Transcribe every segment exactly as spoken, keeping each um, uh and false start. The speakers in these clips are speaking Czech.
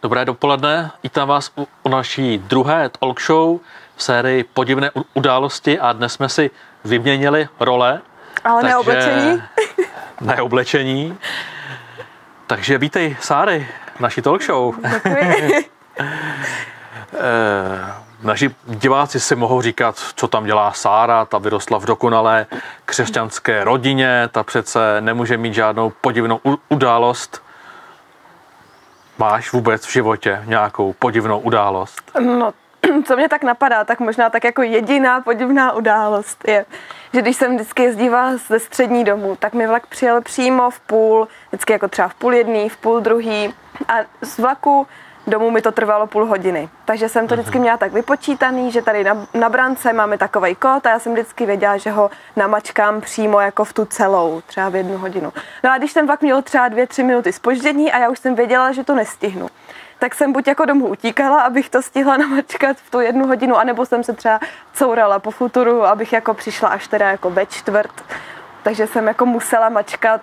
Dobré dopoledne, vítám vás u, u naší druhé talk show v sérii Podivné události a dnes jsme si vyměnili role. Ale takže... neoblečení. Neoblečení. Takže vítej, Sáry, v naší talk show. Děkuji. Naši diváci si mohou říkat, co tam dělá Sára, ta vyrostla v dokonalé křesťanské rodině, ta přece nemůže mít žádnou podivnou událost. Máš vůbec v životě nějakou podivnou událost? No, co mě tak napadá, tak možná tak jako jediná podivná událost je, že když jsem vždycky jezdívala ze střední domů, tak mi vlak přijel přímo v půl, vždycky jako třeba v půl jedný, v půl druhý a z vlaku domů mi to trvalo půl hodiny. Takže jsem to vždycky měla tak vypočítaný, že tady na, na brance máme takovej kód a já jsem vždycky věděla, že ho namačkám přímo jako v tu celou, třeba v jednu hodinu. No a když ten vlak měl třeba dvě, tři minuty zpoždění a já už jsem věděla, že to nestihnu, tak jsem buď jako domů utíkala, abych to stihla namačkat v tu jednu hodinu, anebo jsem se třeba courala po futuru, abych jako přišla až teda jako ve čtvrt. Takže jsem jako musela mačkat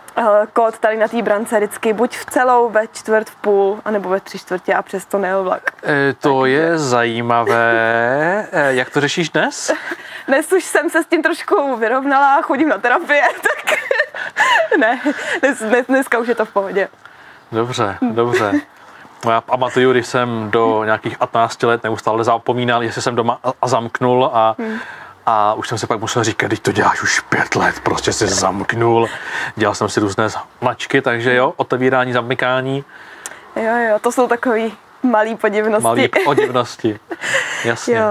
kód tady na té brance vždycky buď v celou, ve čtvrt, v půl, anebo ve tři čtvrtě a přesto nejel vlak. E, to tak, je zajímavé. E, jak to řešíš dnes? Dnes už jsem se s tím trošku vyrovnala, chodím na terapie, tak ne, dnes, dnes, dneska už je to v pohodě. Dobře, dobře. Já pamatuju, když jsem do nějakých patnácti let neustále zapomínal, jestli jsem doma a zamknul a hmm. A už jsem se pak musel říkat, když to děláš už pět let, prostě si zamknul. Dělal jsem si různé značky, takže jo, otevírání, zamykání. Jo, jo, to jsou takový malý podivnosti. Malý podivnosti, jasně. Jo.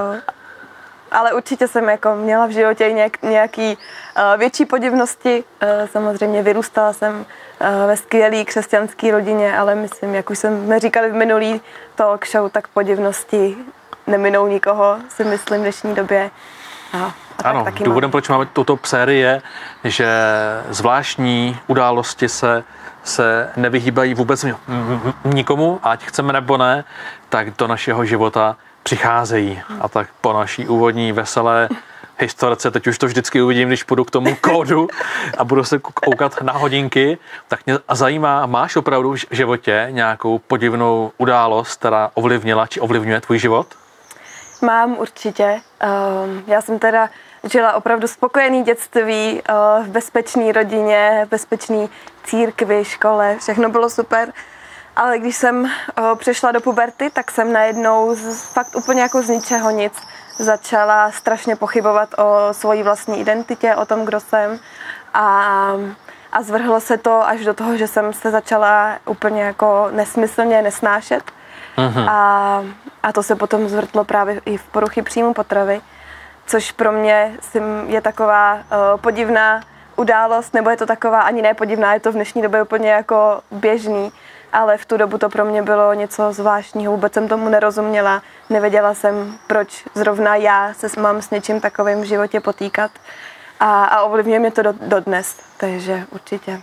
Ale určitě jsem jako měla v životě nějak, nějaký uh, větší podivnosti. Uh, samozřejmě vyrůstala jsem uh, ve skvělé křesťanské rodině, ale myslím, jak už jsme říkali v minulý talk show, tak podivnosti neminou nikoho, si myslím v dnešní době. Aha, ano, důvodem, proč máme tuto sérii je, že zvláštní události se, se nevyhýbají vůbec nikomu, ať chceme nebo ne, tak do našeho života přicházejí. A tak po naší úvodní veselé historce, teď už to vždycky uvidím, když půjdu k tomu kódu a budu se koukat na hodinky, tak mě zajímá, máš opravdu v životě nějakou podivnou událost, která ovlivnila či ovlivňuje tvůj život? Mám určitě. Já jsem teda žila opravdu spokojený dětství, v bezpečné rodině, v bezpečné církvi, škole, všechno bylo super. Ale když jsem přešla do puberty, tak jsem najednou z, fakt úplně jako z ničeho nic začala strašně pochybovat o svojí vlastní identitě, o tom, kdo jsem. A, a zvrhlo se to až do toho, že jsem se začala úplně jako nesmyslně nesnášet. Mm-hmm. A, a to se potom zvrtlo právě i v poruchy příjmu potravy, což pro mě je taková uh, podivná událost, nebo je to taková ani ne podivná, je to v dnešní době úplně jako běžný, ale v tu dobu to pro mě bylo něco zvláštního, vůbec jsem tomu nerozuměla, nevěděla jsem, proč zrovna já se mám s něčím takovým v životě potýkat a, a ovlivňuje mě to do, dodnes, takže určitě.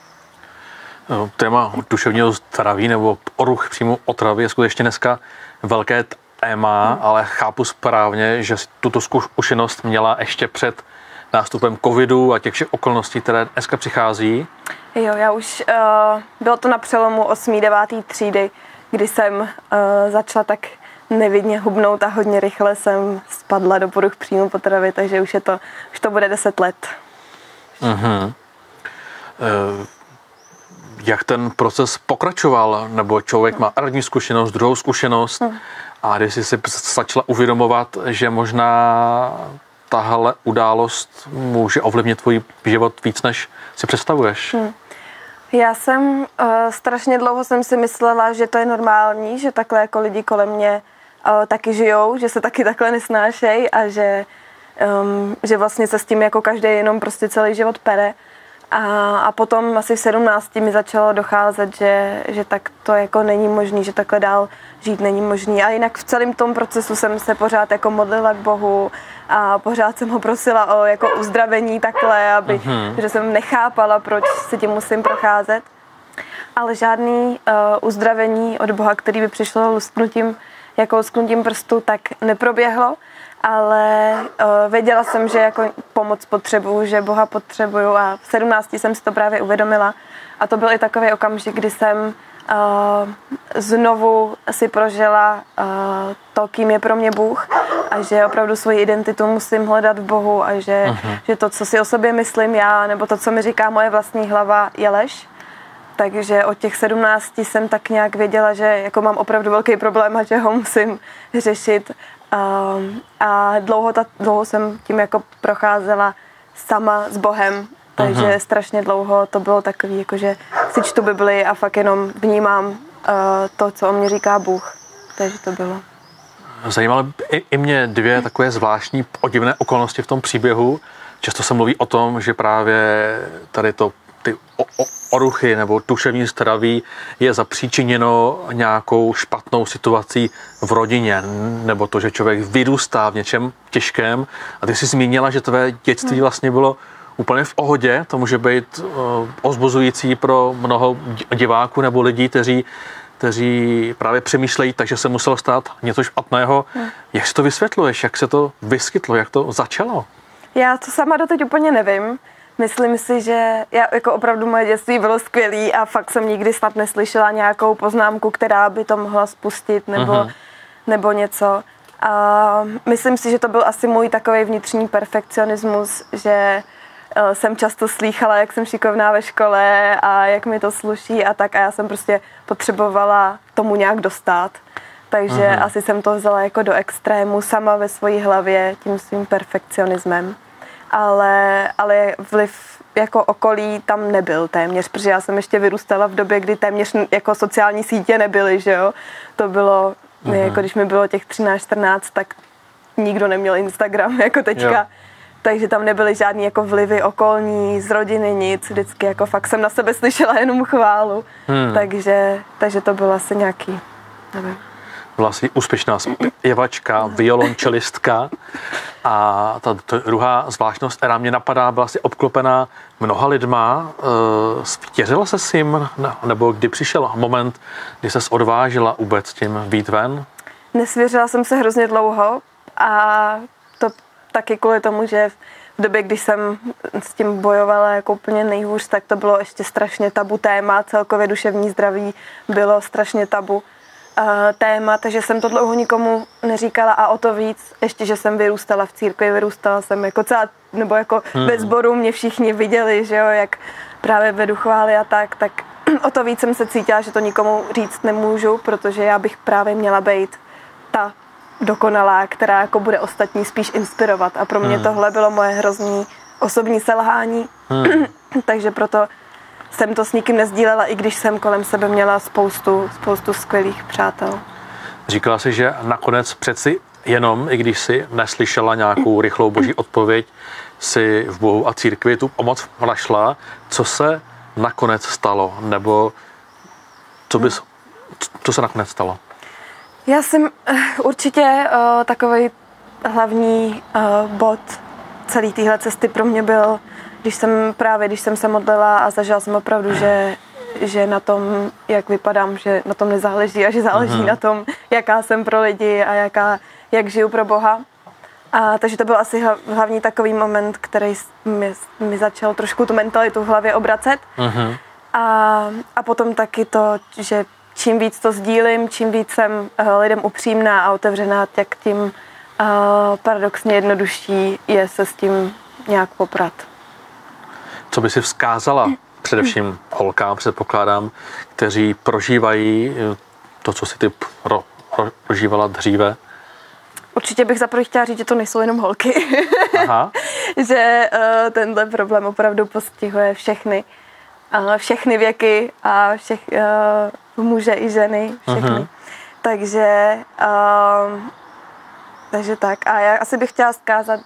Téma duševního zdraví nebo poruch příjmu otravy je skutečně dneska velké téma, hmm. ale chápu správně, že tuto zkušenost měla ještě před nástupem covidu a těch všech okolností, které dneska přichází. Jo, já už, uh, bylo to na přelomu osmé deváté třídy, kdy jsem uh, začala tak nevidně hubnout a hodně rychle jsem spadla do poruch příjmu potravy, takže už je to, už to bude deset let. Mhm. Uh, Jak ten proces pokračoval, nebo člověk má první zkušenost, druhou zkušenost hmm. a když jsi si začala uvědomovat, že možná tahle událost může ovlivnit tvůj život víc, než si představuješ? Hmm. Já jsem uh, strašně dlouho jsem si myslela, že to je normální, že takhle jako lidi kolem mě uh, taky žijou, že se taky takhle nesnášejí a že, um, že vlastně se s tím jako každý jenom prostě celý život pere. A, a potom asi v sedmnácti mi začalo docházet, že, že tak to jako není možný, že takhle dál žít není možný. A jinak v celém tom procesu jsem se pořád jako modlila k Bohu a pořád jsem ho prosila o jako uzdravení takhle, aby, uh-huh. že jsem nechápala, proč si tím musím procházet. Ale žádný uh, uzdravení od Boha, který by přišlo lusknutím, jako lusknutím prstu, tak neproběhlo. Ale uh, věděla jsem, že jako pomoc potřebuju, že Boha potřebuju a v sedmnácti jsem si to právě uvědomila. A to byl i takový okamžik, kdy jsem uh, znovu si prožila uh, to, kým je pro mě Bůh a že opravdu svoji identitu musím hledat v Bohu a že, uh-huh. že to, co si o sobě myslím já, nebo to, co mi říká moje vlastní hlava, je lež. Takže od těch sedmnácti jsem tak nějak věděla, že jako mám opravdu velký problém a že ho musím řešit. Um, a dlouho, ta, dlouho jsem tím jako procházela sama s Bohem, takže uh-huh. strašně dlouho to bylo takový, jakože si čtu Bibli a fakt jenom vnímám uh, to, co o mě říká Bůh. Takže to bylo. Zajímaly i, i mě dvě takové zvláštní podivné okolnosti v tom příběhu. Často se mluví o tom, že právě tady to ty o, o, oruchy nebo duševní zdraví je zapříčiněno nějakou špatnou situací v rodině, nebo to, že člověk vyrůstá v něčem těžkém. A ty jsi zmínila, že tvé dětství vlastně bylo úplně v pohodě. To může být uh, ozbuzující pro mnoho diváků nebo lidí, kteří, kteří právě přemýšlejí, takže se muselo stát něco špatného. Hmm. Jak si to vysvětluješ? Jak se to vyskytlo? Jak to začalo? Já to sama doteď úplně nevím. Myslím si, že já, jako opravdu moje dětství bylo skvělý a fakt jsem nikdy snad neslyšela nějakou poznámku, která by to mohla spustit nebo, uh-huh. nebo něco. A myslím si, že to byl asi můj takový vnitřní perfekcionismus, že uh, jsem často slýchala, jak jsem šikovná ve škole a jak mi to sluší a tak a já jsem prostě potřebovala tomu nějak dostat. Takže uh-huh. asi jsem to vzala jako do extrému sama ve své hlavě tím svým perfekcionismem. Ale, ale vliv jako okolí tam nebyl téměř, protože já jsem ještě vyrůstala v době, kdy téměř jako sociální sítě nebyly, že jo. To bylo, uh-huh. jako když mi bylo těch třináct čtrnáct, tak nikdo neměl Instagram jako teďka. Jo. Takže tam nebyly žádný jako vlivy okolní, z rodiny nic, vždycky jako fakt jsem na sebe slyšela jenom chválu. Hmm. Takže, takže to bylo asi nějaký, nevím. Byla jsi úspěšná zpěvačka, violončelistka a ta druhá zvláštnost, která mě napadá, byla jsi obklopená mnoha lidma. Svěřila se jim, nebo kdy přišel moment, kdy ses odvážila vůbec tím být ven? Nesvěřila jsem se hrozně dlouho a to taky kvůli tomu, že v době, když jsem s tím bojovala jako úplně nejhůř, tak to bylo ještě strašně tabu téma, celkově duševní zdraví bylo strašně tabu téma, takže jsem to dlouho nikomu neříkala a o to víc, ještě, že jsem vyrůstala v církvi, vyrůstala jsem jako celá, nebo jako hmm. ve sboru mě všichni viděli, že jo, jak právě vedu chvály a tak, tak o to víc jsem se cítila, že to nikomu říct nemůžu, protože já bych právě měla být ta dokonalá, která jako bude ostatní spíš inspirovat a pro mě hmm. tohle bylo moje hrozný osobní selhání, hmm. takže proto jsem to s nikým nezdílela, i když jsem kolem sebe měla spoustu, spoustu skvělých přátel. Říkala jsi, že nakonec přeci jenom, i když jsi neslyšela nějakou rychlou boží odpověď, si v Bohu a církvi tu pomoc našla. Co se nakonec stalo? Nebo co, bys, co se nakonec stalo? Já jsem určitě uh, takový hlavní uh, bod celé téhle cesty pro mě byl, když jsem právě, když jsem se modlila a zažila jsem opravdu, že, že na tom, jak vypadám, že na tom nezáleží a že záleží mm-hmm. na tom, jaká jsem pro lidi a jaká, jak žiju pro Boha. A takže to byl asi hlavní takový moment, který mi, mi začal trošku tu mentalitu v hlavě obracet. Mm-hmm. A, a potom taky to, že čím víc to sdílím, čím víc jsem lidem upřímná a otevřená, tak tím uh, paradoxně jednodušší je se s tím nějak poprat. Co by si vzkázala především holkám, předpokládám, kteří prožívají to, co si ty pro, prožívala dříve? Určitě bych za první chtěla říct, že to nejsou jenom holky. Aha. Že uh, tenhle problém opravdu postihuje všechny, uh, všechny věky a všech, uh, muže i ženy, všechny. Uh-huh. Takže, uh, takže tak. A já asi bych chtěla vzkázat,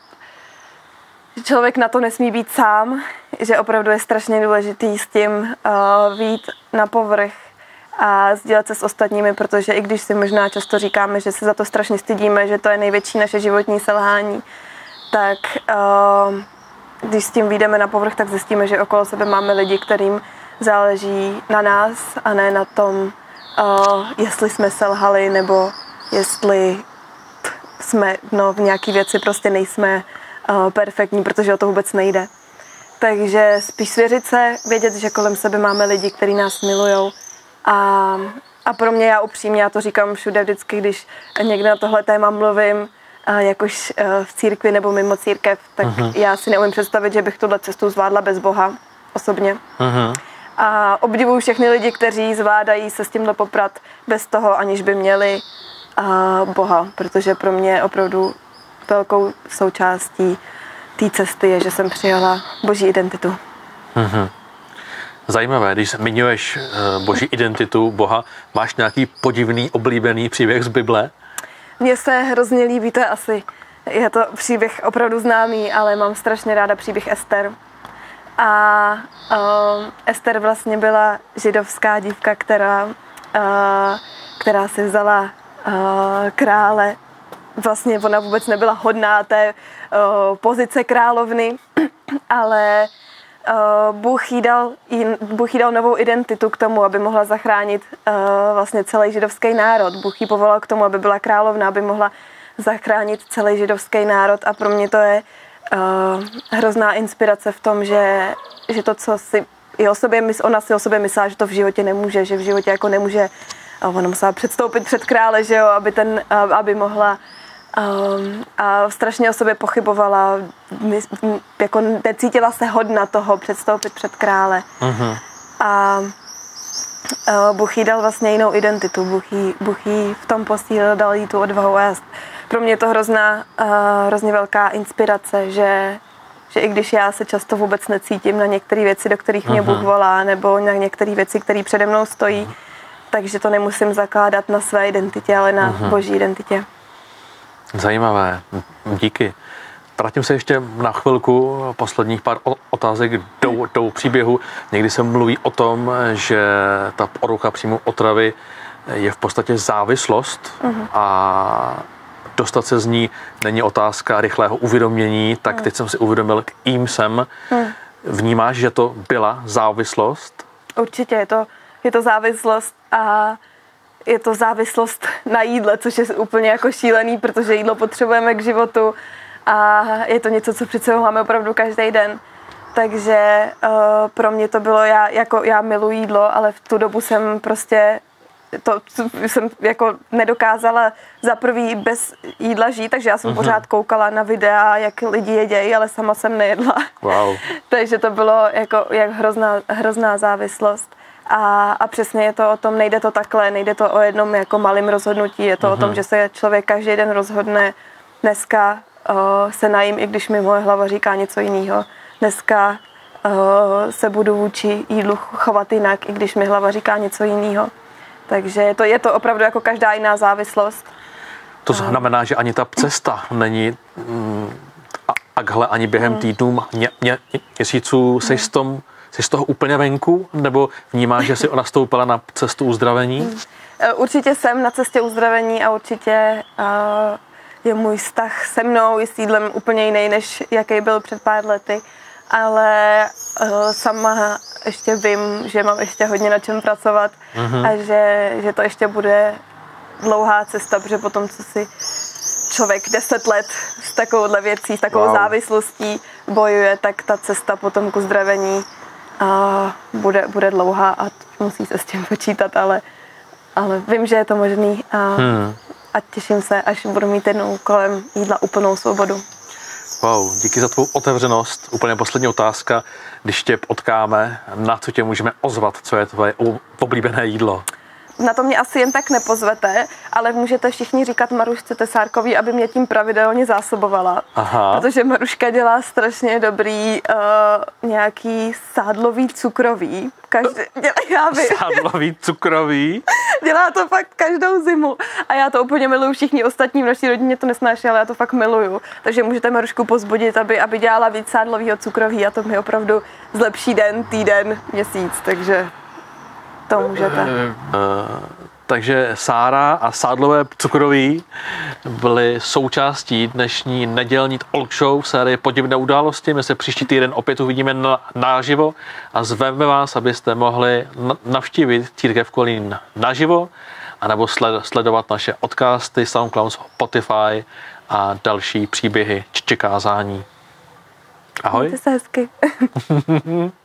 že člověk na to nesmí být sám, že opravdu je strašně důležitý s tím uh, vyjít na povrch a sdílet se s ostatními, protože i když si možná často říkáme, že se za to strašně stydíme, že to je největší naše životní selhání, tak uh, když s tím vyjdeme na povrch, tak zjistíme, že okolo sebe máme lidi, kterým záleží na nás a ne na tom, uh, jestli jsme selhali nebo jestli jsme no, v nějaký věci prostě nejsme uh, perfektní, protože o to vůbec nejde. Takže spíš svěřit se, vědět, že kolem sebe máme lidi, kteří nás milujou A, a pro mě, já upřímně, já to říkám všude vždycky, když někde na tohle téma mluvím, jakož v církvi nebo mimo církev, tak uh-huh. já si neumím představit, že bych tuhle cestu zvládla bez Boha osobně. Uh-huh. A obdivuju všechny lidi, kteří zvládají se s tímhle poprat bez toho, aniž by měli uh, Boha, protože pro mě opravdu velkou součástí té cesty je, že jsem přijala Boží identitu. Uh-huh. Zajímavé, když zmiňuješ uh, Boží identitu Boha, máš nějaký podivný, oblíbený příběh z Bible? Mně se hrozně líbí, to je asi, je to příběh opravdu známý, ale mám strašně ráda příběh Ester. A uh, Ester vlastně byla židovská dívka, která, uh, která si vzala uh, krále. Vlastně ona vůbec nebyla hodná té uh, pozice královny, ale uh, Bůh jí dal, Bůh jí dal novou identitu k tomu, aby mohla zachránit uh, vlastně celý židovský národ. Bůh jí povolal k tomu, aby byla královna, aby mohla zachránit celý židovský národ, a pro mě to je uh, hrozná inspirace v tom, že, že to, co si i o sobě, ona si o sobě myslela, že to v životě nemůže, že v životě jako nemůže, ona musela předstoupit před krále, že jo, aby, ten, aby mohla Um, a strašně o sobě pochybovala, my, jako necítila se hodna toho předstoupit před krále. Uh-huh. A uh, Bůh jí dal vlastně jinou identitu, Bůh jí, Bůh jí v tom posílil, dal jí tu odvahu. A pro mě je to hrozná, uh, hrozně velká inspirace, že, že i když já se často vůbec necítím na některé věci, do kterých mě uh-huh. Bůh volá, nebo na některé věci, které přede mnou stojí, uh-huh. takže to nemusím zakládat na své identitě, ale na uh-huh. Boží identitě. Zajímavé, díky. Vrátím se ještě na chvilku, posledních pár otázek do, do příběhu. Někdy se mluví o tom, že ta porucha příjmu otravy je v podstatě závislost uh-huh. a dostat se z ní není otázka rychlého uvědomění, tak uh-huh. teď jsem si uvědomil, kým jsem. Uh-huh. Vnímáš, že to byla závislost? Určitě je to, je to závislost a je to závislost na jídle, což je úplně jako šílený, protože jídlo potřebujeme k životu a je to něco, co přece máme opravdu každý den. Takže uh, pro mě to bylo, já, jako, já miluji jídlo, ale v tu dobu jsem prostě, to jsem jako nedokázala za prvý bez jídla žít, takže já jsem uh-huh. pořád koukala na videa, jak lidi jedějí, ale sama jsem nejedla. Wow. Takže to bylo jako jak hrozná, hrozná závislost. A, a přesně je to o tom, nejde to takhle, nejde to o jednom jako malým rozhodnutí, je to uh-huh. o tom, že se člověk každý den rozhodne, dneska uh, se najím, i když mi moje hlava říká něco jiného, dneska uh, se budu vůči jídlu chovat jinak, i když mi hlava říká něco jiného. Takže je to, je to opravdu jako každá jiná závislost. To znamená, že ani ta cesta není mm, takhle, ani během mm. týdnů, mě, mě, měsíců seš mm. tom, jsi z toho úplně venku, nebo vnímáš, že jsi nastoupila na cestu uzdravení? Určitě jsem na cestě uzdravení a určitě uh, je můj vztah se mnou i s jídlem úplně jiný, než jaký byl před pár lety. Ale uh, sama ještě vím, že mám ještě hodně na čem pracovat uh-huh. a že, že to ještě bude dlouhá cesta, protože potom, co si člověk deset let s takovouhle věcí, s takovou wow. závislostí bojuje, tak ta cesta potom k uzdravení a bude, bude dlouhá a musí se s tím počítat, ale, ale vím, že je to možný a, hmm. a těším se, až budu mít jednou kolem jídla úplnou svobodu. Wow, díky za tvou otevřenost. Úplně poslední otázka. Když tě potkáme, na co tě můžeme ozvat? Co je tvoje oblíbené jídlo? Na to mě asi jen tak nepozvete, ale můžete všichni říkat Marušce Tesárkový, aby mě tím pravidelně zásobovala. Aha. Protože Maruška dělá strašně dobrý uh, nějaký sádlový cukrový. Každý, dělá, sádlový cukrový? Dělá to fakt každou zimu. A já to úplně miluju, všichni ostatní v naší rodině to nesnáší, ale já to fakt miluju. Takže můžete Marušku pozbudit, aby, aby dělala víc sádlovýho cukroví a to mi opravdu zlepší den, týden, měsíc, takže... To můžete. Uh, takže Sára a sádlové cukroví byly součástí dnešní nedělní talk show v sérii Podivné události. My se příští týden opět uvidíme na, naživo a zveme vás, abyste mohli navštívit Církev Kolín naživo anebo sled, sledovat naše podcasty, SoundCloud, Spotify a další příběhy či kázání. Ahoj. Mějte se hezky.